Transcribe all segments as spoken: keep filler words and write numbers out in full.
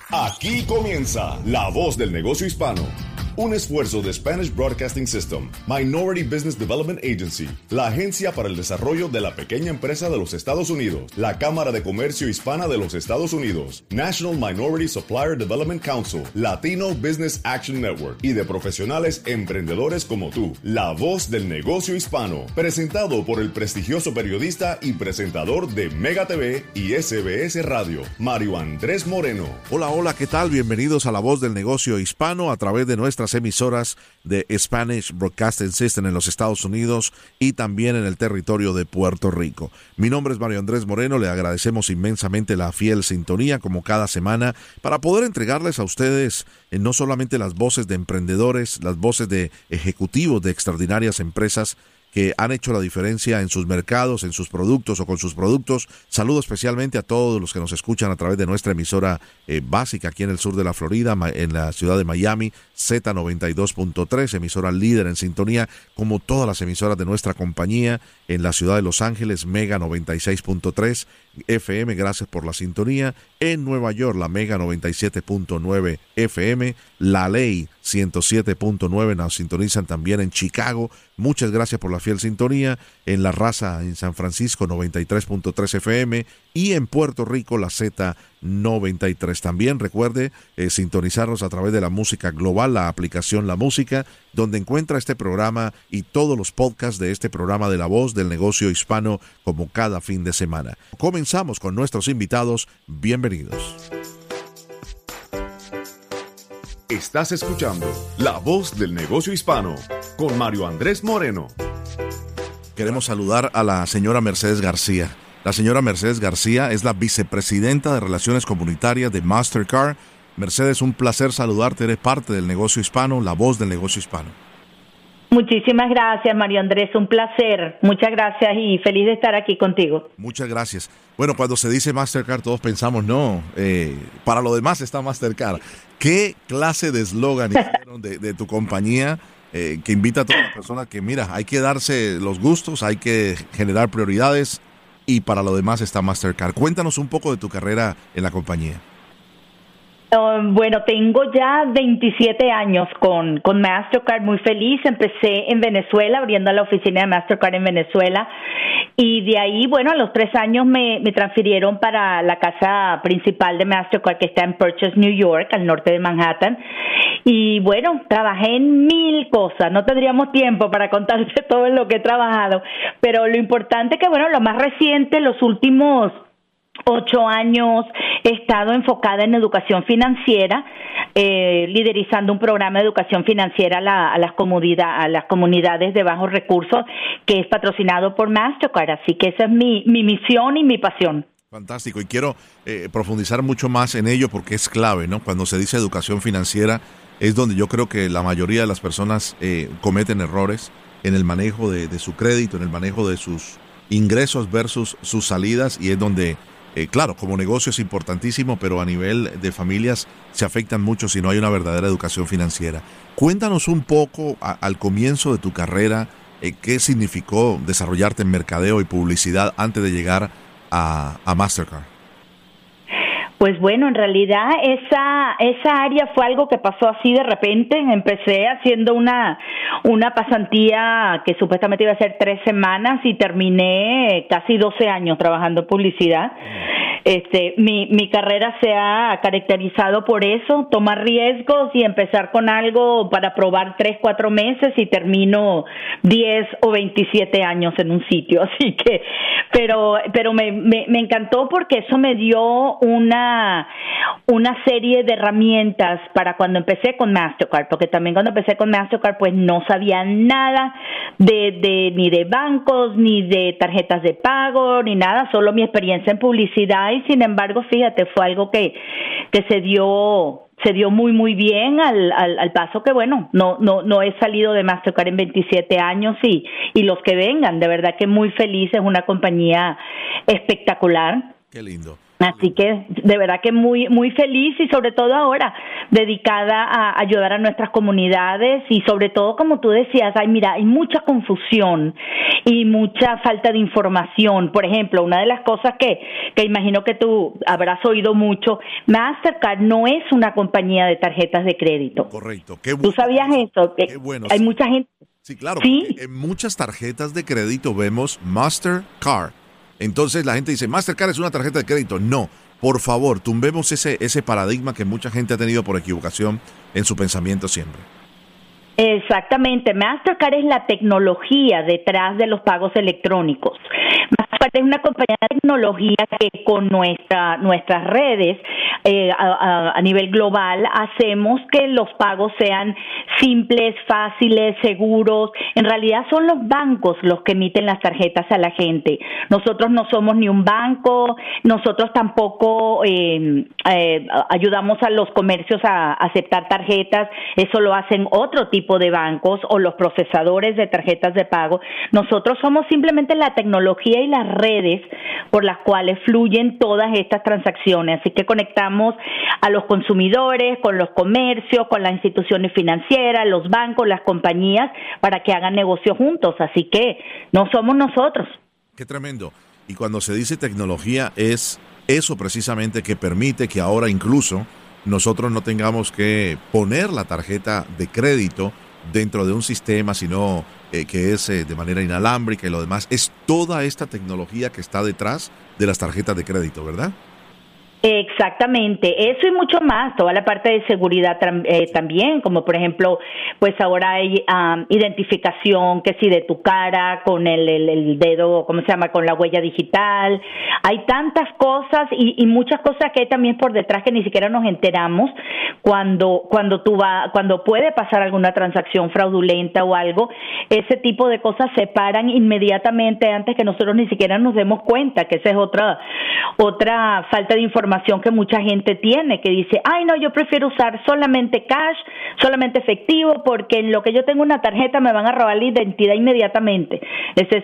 Aquí comienza La Voz del Negocio Hispano, un esfuerzo de Spanish Broadcasting System, Minority Business Development Agency, la agencia para el desarrollo de la pequeña empresa de los Estados Unidos, la Cámara de Comercio Hispana de los Estados Unidos, National Minority Supplier Development Council, Latino Business Action Network y de profesionales emprendedores como tú. La Voz del Negocio Hispano, presentado por el prestigioso periodista y presentador de Mega T V y S B S Radio, Mario Andrés Moreno. Hola, hola, ¿qué tal? Bienvenidos a La Voz del Negocio Hispano a través de nuestras emisoras de Spanish Broadcasting System en los Estados Unidos y también en el territorio de Puerto Rico. Mi nombre es Mario Andrés Moreno, le agradecemos inmensamente la fiel sintonía como cada semana para poder entregarles a ustedes eh, no solamente las voces de emprendedores, las voces de ejecutivos de extraordinarias empresas que han hecho la diferencia en sus mercados, en sus productos o con sus productos. Saludo especialmente a todos los que nos escuchan a través de nuestra emisora eh, básica aquí en el sur de la Florida, en la ciudad de Miami, Z noventa y dos punto tres, emisora líder en sintonía, como todas las emisoras de nuestra compañía, en la ciudad de Los Ángeles, Mega noventa y seis punto tres F M, gracias por la sintonía. En Nueva York, la Mega noventa y siete punto nueve F M, La Ley ciento siete punto nueve, nos sintonizan también en Chicago. Muchas gracias por la fiel sintonía. En La Raza, en San Francisco, noventa y tres punto tres F M. Y en Puerto Rico, la Z noventa y tres. También recuerde eh, sintonizarnos a través de la música global, la aplicación La Música, donde encuentra este programa y todos los podcasts de este programa de La Voz del Negocio Hispano como cada fin de semana. Comenzamos con nuestros invitados. Bienvenidos. Estás escuchando La Voz del Negocio Hispano con Mario Andrés Moreno. Queremos saludar a la señora Mercedes García. La señora Mercedes García es la vicepresidenta de Relaciones Comunitarias de Mastercard. Mercedes, un placer saludarte. Eres parte del Negocio Hispano, La Voz del Negocio Hispano. Muchísimas gracias, Mario Andrés. Un placer. Muchas gracias y feliz de estar aquí contigo. Muchas gracias. Bueno, cuando se dice Mastercard, todos pensamos, no, eh, para lo demás está Mastercard. ¿Qué clase de eslogan hicieron de, de tu compañía eh, que invita a todas las personas que, mira, hay que darse los gustos, hay que generar prioridades y para lo demás está Mastercard? Cuéntanos un poco de tu carrera en la compañía. Uh, bueno, tengo ya veintisiete años con, con Mastercard, muy feliz. Empecé en Venezuela, abriendo la oficina de Mastercard en Venezuela. Y de ahí, bueno, a los tres años me, me transfirieron para la casa principal de Mastercard, que está en Purchase, New York, al norte de Manhattan. Y bueno, trabajé en mil cosas. No tendríamos tiempo para contarte todo en lo que he trabajado. Pero lo importante que, bueno, lo más reciente, los últimos ocho años he estado enfocada en educación financiera, eh, liderizando un programa de educación financiera a, la, a, las comunidad, a las comunidades de bajos recursos que es patrocinado por Mastercard. Así que esa es mi, mi misión y mi pasión. Fantástico, y quiero eh, profundizar mucho más en ello porque es clave, ¿no? Cuando se dice educación financiera es donde yo creo que la mayoría de las personas eh, cometen errores en el manejo de, de su crédito, en el manejo de sus ingresos versus sus salidas, y es donde Eh, claro, como negocio es importantísimo, pero a nivel de familias se afectan mucho si no hay una verdadera educación financiera. Cuéntanos un poco a, al comienzo de tu carrera, eh, qué significó desarrollarte en mercadeo y publicidad antes de llegar a, a Mastercard. Pues bueno, en realidad esa esa área fue algo que pasó así de repente. Empecé haciendo una una pasantía que supuestamente iba a ser tres semanas y terminé casi doce años trabajando en publicidad. Este, mi, mi carrera se ha caracterizado por eso, tomar riesgos y empezar con algo para probar tres, cuatro meses y termino diez o veintisiete años en un sitio. Así que, pero, pero me, me, me encantó porque eso me dio una, una serie de herramientas para cuando empecé con Mastercard, porque también cuando empecé con Mastercard pues no sabía nada de, de ni de bancos, ni de tarjetas de pago, ni nada, solo mi experiencia en publicidad. Y sin embargo, fíjate, fue algo que, que se dio se dio muy muy bien al, al, al paso que, bueno, no no no he salido de Mastercard en veintisiete años y, y los que vengan, de verdad que muy feliz, es una compañía espectacular. Qué lindo. Así que de verdad que muy muy feliz y sobre todo ahora dedicada a ayudar a nuestras comunidades y sobre todo como tú decías, ay mira, hay mucha confusión y mucha falta de información. Por ejemplo, una de las cosas que, que imagino que tú habrás oído mucho, Mastercard no es una compañía de tarjetas de crédito. Correcto. Qué bueno. ¿Tú sabías eso? Qué bueno. Hay mucha gente. Sí, claro. ¿Sí? En muchas tarjetas de crédito vemos Mastercard. Entonces la gente dice, Mastercard es una tarjeta de crédito. No, por favor, tumbemos ese, ese paradigma que mucha gente ha tenido por equivocación en su pensamiento siempre. Exactamente, Mastercard es la tecnología detrás de los pagos electrónicos. Mastercard es una compañía de tecnología que con nuestra, nuestras redes eh, a, a, a nivel global hacemos que los pagos sean simples, fáciles, seguros. En realidad son los bancos los que emiten las tarjetas a la gente. Nosotros no somos ni un banco, nosotros tampoco eh, eh, ayudamos a los comercios a aceptar tarjetas, eso lo hacen otro tipo de bancos o los procesadores de tarjetas de pago. Nosotros somos simplemente la tecnología y las redes por las cuales fluyen todas estas transacciones. Así que conectamos a los consumidores, con los comercios, con las instituciones financieras, los bancos, las compañías, para que hagan negocio juntos. Así que no somos nosotros. Qué tremendo. Y cuando se dice tecnología, es eso precisamente que permite que ahora incluso nosotros no tengamos que poner la tarjeta de crédito dentro de un sistema, sino eh, que es eh, de manera inalámbrica y lo demás. Es toda esta tecnología que está detrás de las tarjetas de crédito, ¿verdad? Exactamente, eso y mucho más, toda la parte de seguridad eh, también, como por ejemplo, pues ahora hay um, identificación, que si de tu cara, con el, el, el dedo, ¿cómo se llama?, con la huella digital, hay tantas cosas y, y muchas cosas que hay también por detrás que ni siquiera nos enteramos cuando, cuando tú va, cuando puede pasar alguna transacción fraudulenta o algo, ese tipo de cosas se paran inmediatamente antes que nosotros ni siquiera nos demos cuenta, que esa es otra, otra falta de información que mucha gente tiene, que dice, ay no, yo prefiero usar solamente cash, solamente efectivo, porque en lo que yo tengo una tarjeta me van a robar la identidad inmediatamente. Esa es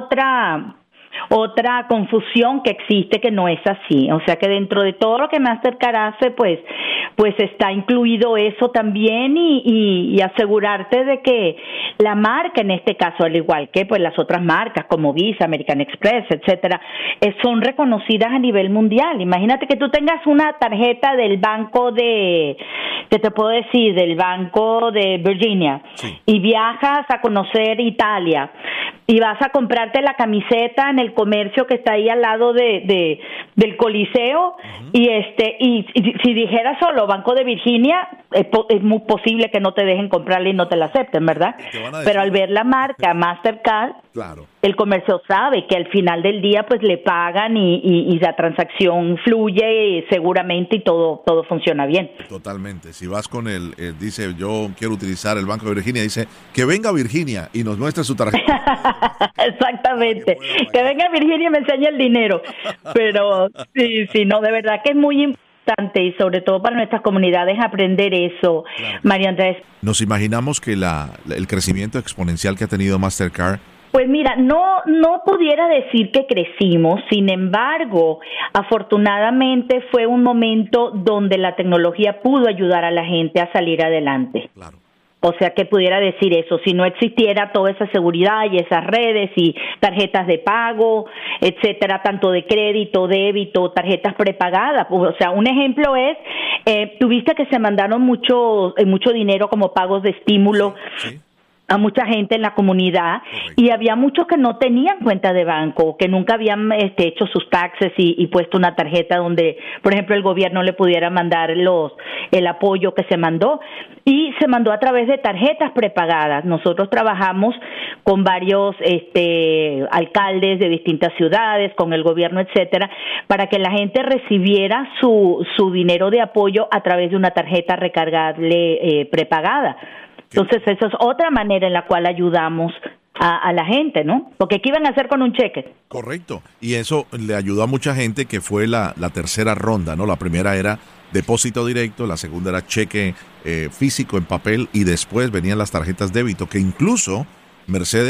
otra otra confusión que existe, que no es así. O sea que dentro de todo lo que Mastercard hace, pues, pues está incluido eso también y, y, y asegurarte de que la marca, en este caso, al igual que pues las otras marcas como Visa, American Express, etcétera, eh, son reconocidas a nivel mundial. Imagínate que tú tengas una tarjeta del banco de, ¿qué te puedo decir? Del banco de Virginia, sí, y viajas a conocer Italia y vas a comprarte la camiseta en el comercio que está ahí al lado de, de del Coliseo, uh-huh, y este y, y si dijeras solo Banco de Virginia, es, po, es muy posible que no te dejen comprarla y no te la acepten, ¿verdad? Pero al ver la marca Mastercard, claro, el comercio sabe que al final del día pues le pagan y, y, y la transacción fluye seguramente y todo todo funciona bien. Totalmente. Si vas con el, eh, dice yo quiero utilizar el Banco de Virginia, dice que venga Virginia y nos muestre su tarjeta. Exactamente, que, que venga Virginia y me enseñe el dinero. Pero sí, sí, no, de verdad que es muy importante y sobre todo para nuestras comunidades aprender eso, claro. María Andrés. Nos imaginamos que la, el crecimiento exponencial que ha tenido Mastercard. Pues mira, no no pudiera decir que crecimos, sin embargo, afortunadamente fue un momento donde la tecnología pudo ayudar a la gente a salir adelante. Claro. O sea, que pudiera decir eso, si no existiera toda esa seguridad y esas redes y tarjetas de pago, etcétera, tanto de crédito, débito, tarjetas prepagadas. O sea, un ejemplo es, eh, tuviste que se mandaron mucho, eh, mucho dinero como pagos de estímulo, sí, sí, a mucha gente en la comunidad. Correcto. Y había muchos que no tenían cuenta de banco, que nunca habían este, hecho sus taxes y, y puesto una tarjeta donde, por ejemplo, el gobierno le pudiera mandar los el apoyo que se mandó, y se mandó a través de tarjetas prepagadas. Nosotros trabajamos con varios este, alcaldes de distintas ciudades, con el gobierno, etcétera, para que la gente recibiera su, su dinero de apoyo a través de una tarjeta recargable eh, prepagada. Entonces, esa es otra manera en la cual ayudamos a, a la gente, ¿no? Porque ¿qué iban a hacer con un cheque? Correcto. Y eso le ayudó a mucha gente, que fue la, la tercera ronda, ¿no? La primera era depósito directo, la segunda era cheque eh, físico en papel, y después venían las tarjetas débito, que incluso, Mercedes,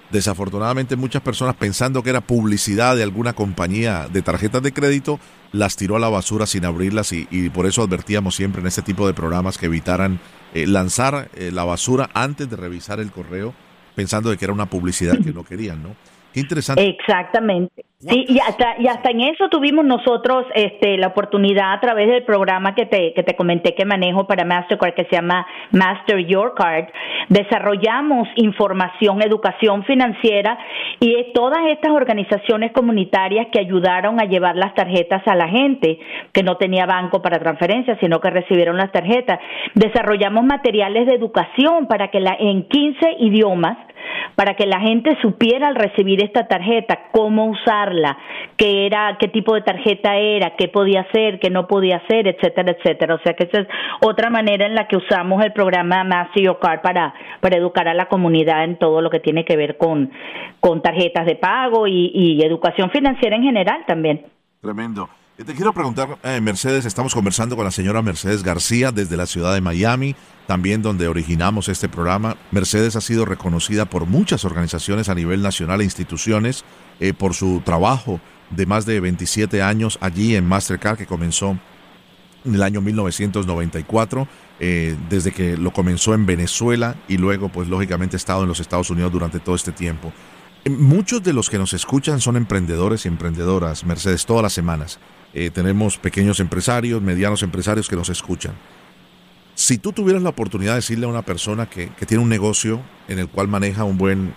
Desafortunadamente muchas personas, pensando que era publicidad de alguna compañía de tarjetas de crédito, las tiró a la basura sin abrirlas y, y por eso advertíamos siempre en este tipo de programas que evitaran eh, lanzar eh, la basura antes de revisar el correo, pensando de que era una publicidad que no querían, ¿no? Qué interesante. Exactamente. Sí, y hasta, y hasta en eso tuvimos nosotros este, la oportunidad a través del programa que te, que te comenté que manejo para Mastercard, que se llama Master Your Card. Desarrollamos información, educación financiera y todas estas organizaciones comunitarias que ayudaron a llevar las tarjetas a la gente que no tenía banco para transferencias, sino que recibieron las tarjetas. Desarrollamos materiales de educación para que la, en quince idiomas, para que la gente supiera al recibir esta tarjeta cómo usarla, qué era, qué tipo de tarjeta era, qué podía hacer, qué no podía hacer, etcétera, etcétera. O sea que esa es otra manera en la que usamos el programa Master Your Card para, para educar a la comunidad en todo lo que tiene que ver con, con tarjetas de pago y, y educación financiera en general también. Tremendo. Te quiero preguntar, eh, Mercedes, estamos conversando con la señora Mercedes García desde la ciudad de Miami, también donde originamos este programa. Mercedes ha sido reconocida por muchas organizaciones a nivel nacional e instituciones eh, por su trabajo de más de veintisiete años allí en Mastercard, que comenzó en el año mil novecientos noventa y cuatro, eh, desde que lo comenzó en Venezuela y luego, pues lógicamente, ha estado en los Estados Unidos durante todo este tiempo. Muchos de los que nos escuchan son emprendedores y emprendedoras, Mercedes, todas las semanas. Eh, tenemos pequeños empresarios, medianos empresarios que nos escuchan. Si tú tuvieras la oportunidad de decirle a una persona que, que tiene un negocio en el cual maneja un buen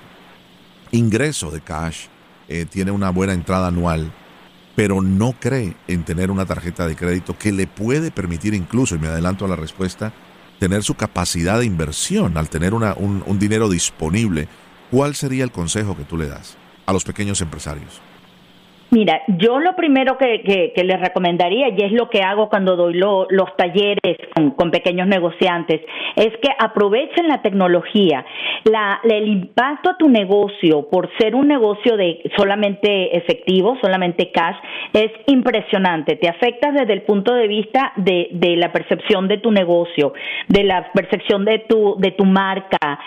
ingreso de cash, eh, tiene una buena entrada anual, pero no cree en tener una tarjeta de crédito que le puede permitir incluso, y me adelanto a la respuesta, tener su capacidad de inversión al tener una, un, un dinero disponible, ¿cuál sería el consejo que tú le das a los pequeños empresarios? Mira, yo lo primero que, que, que les recomendaría, y es lo que hago cuando doy lo, los talleres con, con pequeños negociantes, es que aprovechen la tecnología. La, el impacto a tu negocio por ser un negocio de solamente efectivo, solamente cash, es impresionante. Te afecta desde el punto de vista de, de la percepción de tu negocio, de la percepción de tu, de tu marca,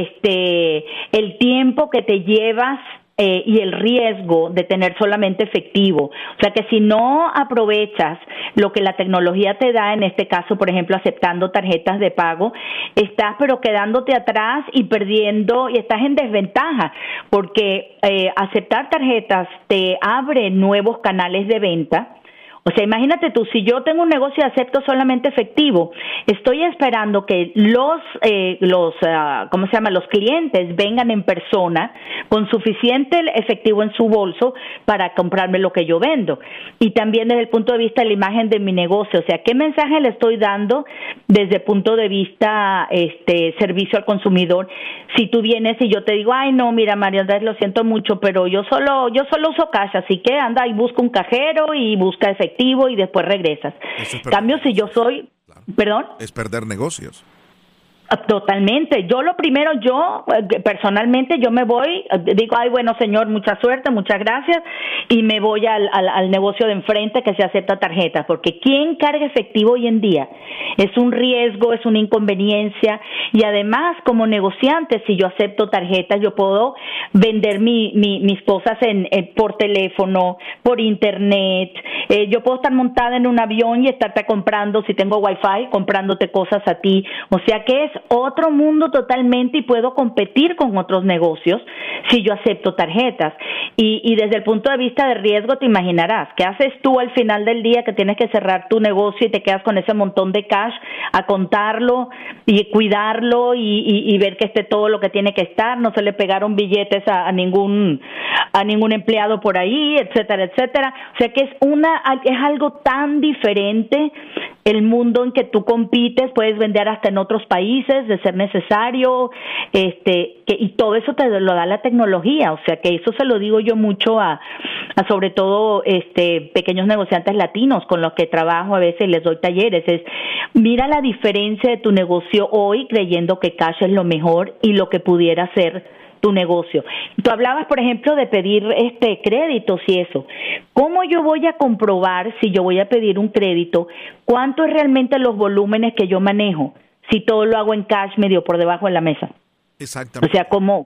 este, el tiempo que te llevas Eh, y el riesgo de tener solamente efectivo. O sea que si no aprovechas lo que la tecnología te da, en este caso, por ejemplo, aceptando tarjetas de pago, estás pero quedándote atrás y perdiendo, y estás en desventaja, porque eh, aceptar tarjetas te abre nuevos canales de venta. O sea, imagínate tú, si yo tengo un negocio y acepto solamente efectivo, estoy esperando que los, eh, los, uh, ¿cómo se llama? Los clientes vengan en persona con suficiente efectivo en su bolso para comprarme lo que yo vendo. Y también desde el punto de vista de la imagen de mi negocio, o sea, ¿qué mensaje le estoy dando desde el punto de vista este servicio al consumidor? Si tú vienes y yo te digo, ay, no, mira, María Andrés, lo siento mucho, pero yo solo, yo solo uso cash, así que anda y busca un cajero y busca efectivo y después regresas. En cambio, si yo soy, claro. ¿Perdón? Es perder negocios. Totalmente. Yo lo primero, yo personalmente, yo me voy, digo, ay, bueno, señor, mucha suerte, muchas gracias, y me voy al, al, al negocio de enfrente que se acepta tarjetas, porque ¿quién carga efectivo hoy en día? Es un riesgo, es una inconveniencia, y además, como negociante, si yo acepto tarjetas, yo puedo vender mi, mi, mis cosas en, en, por teléfono, por internet, eh, yo puedo estar montada en un avión y estarte comprando, si tengo wifi, comprándote cosas a ti, o sea que es otro mundo totalmente y puedo competir con otros negocios si yo acepto tarjetas. Y, y desde el punto de vista de riesgo te imaginarás, ¿qué haces tú al final del día que tienes que cerrar tu negocio y te quedas con ese montón de cash a contarlo y cuidarlo y, y, y ver que esté todo lo que tiene que estar, no se le pegaron billetes a, a ningún a ningún empleado por ahí, etcétera, etcétera? O sea que es una es algo tan diferente el mundo en que tú compites, puedes vender hasta en otros países de ser necesario, este, que, y todo eso te lo da la tecnología, o sea que eso se lo digo yo mucho a, a sobre todo este pequeños negociantes latinos con los que trabajo, a veces les doy talleres, es mira la diferencia de tu negocio hoy creyendo que cash es lo mejor y lo que pudiera ser tu negocio. Tú hablabas, por ejemplo, de pedir este créditos y eso. ¿Cómo yo voy a comprobar si yo voy a pedir un crédito cuánto es realmente los volúmenes que yo manejo si todo lo hago en cash medio por debajo de la mesa? Exactamente. O sea, ¿cómo?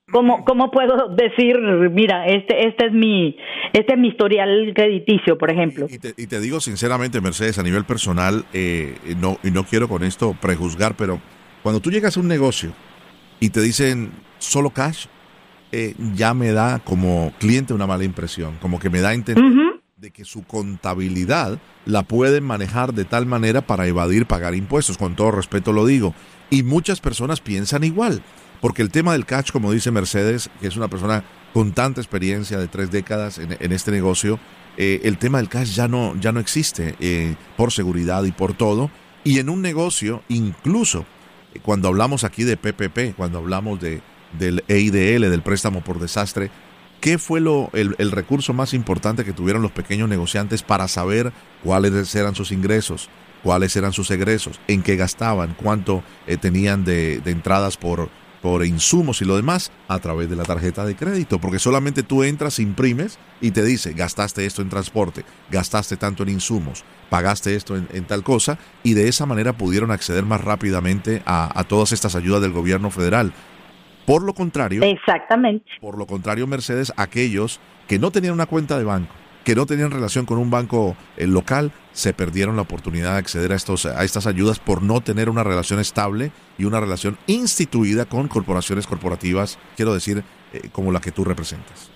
¿Cómo, cómo puedo decir, mira, este, este es mi, este es mi historial crediticio, por ejemplo? Y te, y te digo sinceramente, Mercedes, a nivel personal, eh, no, y no quiero con esto prejuzgar, pero cuando tú llegas a un negocio y te dicen solo cash, eh, ya me da como cliente una mala impresión, como que me da a entender uh-huh. de que su contabilidad la pueden manejar de tal manera para evadir pagar impuestos, con todo respeto lo digo, y muchas personas piensan igual. Porque el tema del cash, como dice Mercedes, que es una persona con tanta experiencia de tres décadas en, en este negocio, eh, el tema del cash ya no, ya no existe eh, por seguridad y por todo. Y en un negocio, incluso eh, cuando hablamos aquí de P P P, cuando hablamos de, del E I D L, del préstamo por desastre, ¿qué fue lo, el, el recurso más importante que tuvieron los pequeños negociantes para saber cuáles eran sus ingresos, cuáles eran sus egresos, en qué gastaban, cuánto eh, tenían de, de entradas por por insumos y lo demás a través de la tarjeta de crédito, porque solamente tú entras, imprimes y te dice, gastaste esto en transporte, gastaste tanto en insumos, pagaste esto en, en tal cosa, y de esa manera pudieron acceder más rápidamente a, a todas estas ayudas del gobierno federal. Por lo contrario, exactamente. Por lo contrario, Mercedes, aquellos que no tenían una cuenta de banco, que no tenían relación con un banco eh, local, se perdieron la oportunidad de acceder a, estos, a estas ayudas por no tener una relación estable y una relación instituida con corporaciones corporativas, quiero decir, eh, como la que tú representas.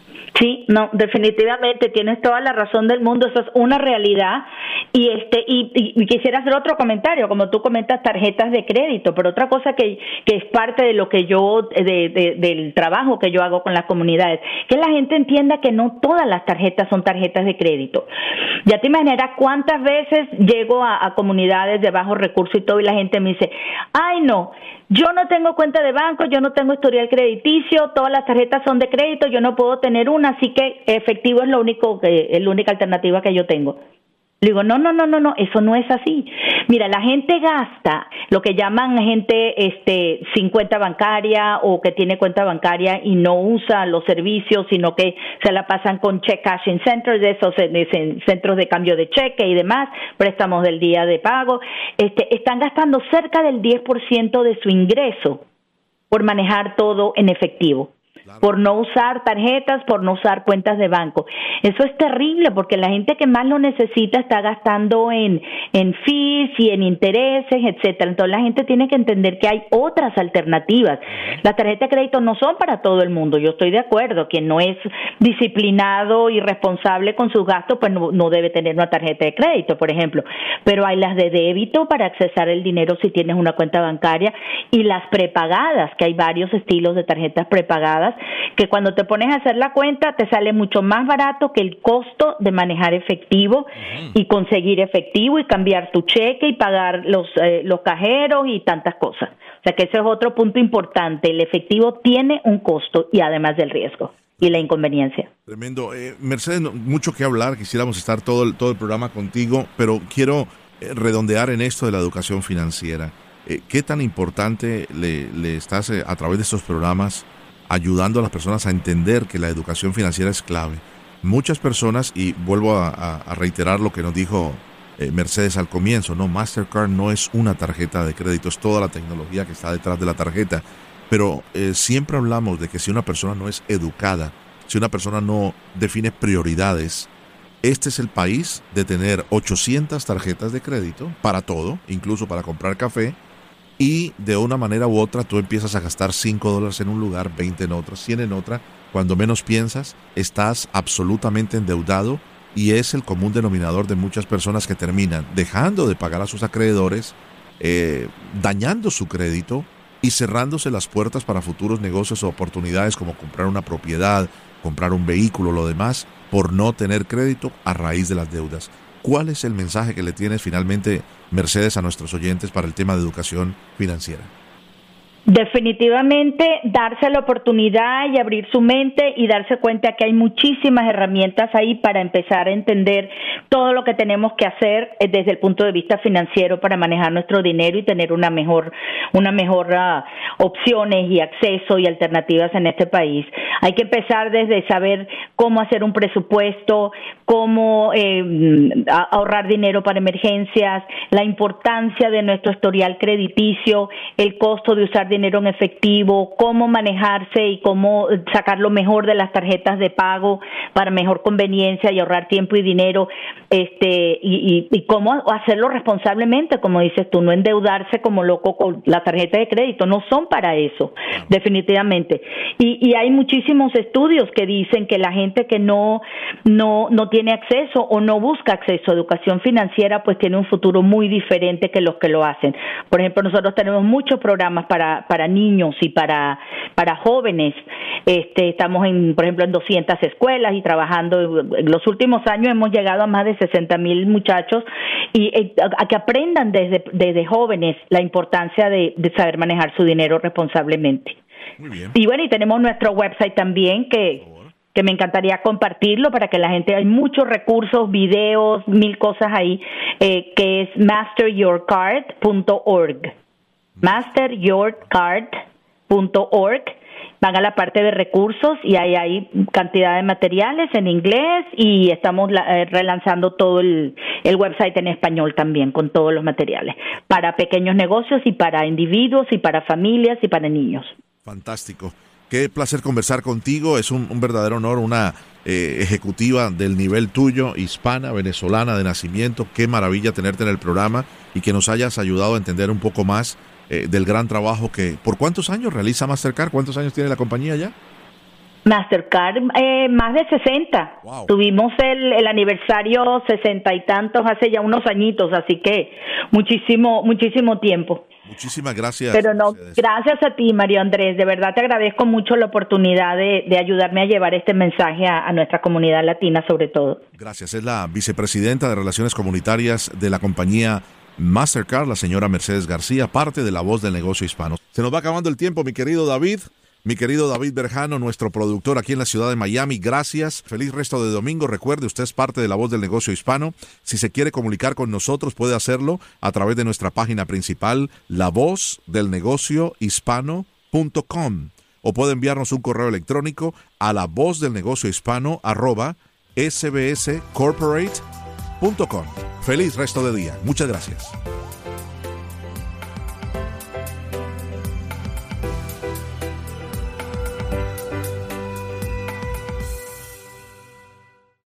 Sí, no, definitivamente tienes toda la razón del mundo, eso es una realidad. Y este y, y, y quisiera hacer otro comentario, como tú comentas, tarjetas de crédito, pero otra cosa que, que es parte de lo que yo, de, de, del trabajo que yo hago con las comunidades, que la gente entienda que no todas las tarjetas son tarjetas de crédito. Ya te imaginarás cuántas veces llego a, a comunidades de bajos recursos y todo, y la gente me dice, ay no, yo no tengo cuenta de banco, yo no tengo historial crediticio, todas las tarjetas son de crédito, yo no puedo tener una, así que efectivo es lo único que, es la única alternativa que yo tengo. Le digo, no, no, no, no, no, eso no es así. Mira, la gente gasta lo que llaman gente este, sin cuenta bancaria o que tiene cuenta bancaria y no usa los servicios, sino que se la pasan con check cashing centers, de esos de centros de cambio de cheque y demás, préstamos del día de pago. Este, están gastando cerca del diez por ciento de su ingreso por manejar todo en efectivo. Claro. Por no usar tarjetas, por no usar cuentas de banco. Eso es terrible porque la gente que más lo necesita está gastando en, en fees y en intereses, etcétera. Entonces la gente tiene que entender que hay otras alternativas. Uh-huh. Las tarjetas de crédito no son para todo el mundo, yo estoy de acuerdo. Quien no es disciplinado y responsable con sus gastos, pues no, no debe tener una tarjeta de crédito, por ejemplo. Pero hay las de débito para accesar el dinero si tienes una cuenta bancaria, y las prepagadas, que hay varios estilos de tarjetas prepagadas, que cuando te pones a hacer la cuenta te sale mucho más barato que el costo de manejar efectivo uh-huh. y conseguir efectivo y cambiar tu cheque y pagar los eh, los cajeros y tantas cosas. O sea que ese es otro punto importante. El efectivo tiene un costo y además del riesgo y la inconveniencia. Tremendo. Eh, Mercedes, mucho que hablar. Quisiéramos estar todo el, todo el programa contigo, pero quiero eh, redondear en esto de la educación financiera. Eh, ¿Qué tan importante le, le estás eh, a través de estos programas ayudando a las personas a entender que la educación financiera es clave? Muchas personas, y vuelvo a, a, a reiterar lo que nos dijo eh, Mercedes al comienzo, ¿no? Mastercard no es una tarjeta de crédito, es toda la tecnología que está detrás de la tarjeta. Pero eh, siempre hablamos de que si una persona no es educada, si una persona no define prioridades, este es el país de tener ochocientas tarjetas de crédito para todo, incluso para comprar café, y de una manera u otra tú empiezas a gastar cinco dólares en un lugar, veinte en otra, cien en otra. Cuando menos piensas, estás absolutamente endeudado, y es el común denominador de muchas personas que terminan dejando de pagar a sus acreedores, eh, dañando su crédito y cerrándose las puertas para futuros negocios o oportunidades como comprar una propiedad, comprar un vehículo, lo demás, por no tener crédito a raíz de las deudas. ¿Cuál es el mensaje que le tienes finalmente, Mercedes, a nuestros oyentes para el tema de educación financiera? Definitivamente darse la oportunidad y abrir su mente y darse cuenta que hay muchísimas herramientas ahí para empezar a entender todo lo que tenemos que hacer desde el punto de vista financiero para manejar nuestro dinero y tener una mejor, una mejor uh, opciones y acceso y alternativas en este país. Hay que empezar desde saber cómo hacer un presupuesto, cómo eh, ahorrar dinero para emergencias, la importancia de nuestro historial crediticio, el costo de usar dinero en efectivo, cómo manejarse y cómo sacar lo mejor de las tarjetas de pago para mejor conveniencia y ahorrar tiempo y dinero, este y, y, y cómo hacerlo responsablemente, como dices tú, no endeudarse como loco con la tarjeta de crédito, no son para eso, definitivamente. Y, y hay muchísimos estudios que dicen que la gente que no, no, no tiene acceso o no busca acceso a educación financiera, pues tiene un futuro muy diferente que los que lo hacen. Por ejemplo, nosotros tenemos muchos programas para, para niños y para, para jóvenes. Este, estamos, en, por ejemplo, en doscientas escuelas y trabajando. En los últimos años hemos llegado a más de sesenta mil muchachos y eh, a, a que aprendan desde, desde jóvenes la importancia de, de saber manejar su dinero responsablemente. Muy bien. Y bueno, y tenemos nuestro website también que... que me encantaría compartirlo para que la gente, hay muchos recursos, videos, mil cosas ahí, eh, que es master your card punto org. master your card punto org. Van a la parte de recursos y ahí hay cantidad de materiales en inglés y estamos eh, relanzando todo el, el website en español también con todos los materiales para pequeños negocios y para individuos y para familias y para niños. Fantástico. Qué placer conversar contigo, es un, un verdadero honor, una eh, ejecutiva del nivel tuyo, hispana, venezolana de nacimiento. Qué maravilla tenerte en el programa y que nos hayas ayudado a entender un poco más eh, del gran trabajo que... ¿Por cuántos años realiza Mastercard? ¿Cuántos años tiene la compañía ya? Mastercard, eh, más de sesenta. Wow. Tuvimos el, el aniversario sesenta y tantos hace ya unos añitos, así que muchísimo, muchísimo tiempo. Muchísimas gracias. Pero no, gracias a ti, Mario Andrés. De verdad te agradezco mucho la oportunidad de, de ayudarme a llevar este mensaje a, a nuestra comunidad latina, sobre todo. Gracias. Es la vicepresidenta de Relaciones Comunitarias de la compañía Mastercard, la señora Mercedes García, parte de La Voz del Negocio Hispano. Se nos va acabando el tiempo, mi querido David. Mi querido David Berjano, nuestro productor aquí en la ciudad de Miami, gracias. Feliz resto de domingo. Recuerde, usted es parte de La Voz del Negocio Hispano. Si se quiere comunicar con nosotros, puede hacerlo a través de nuestra página principal, la voz del negocio hispano punto com, o puede enviarnos un correo electrónico a la voz del negocio hispano arroba s b s corporate punto com. Feliz resto de día. Muchas gracias.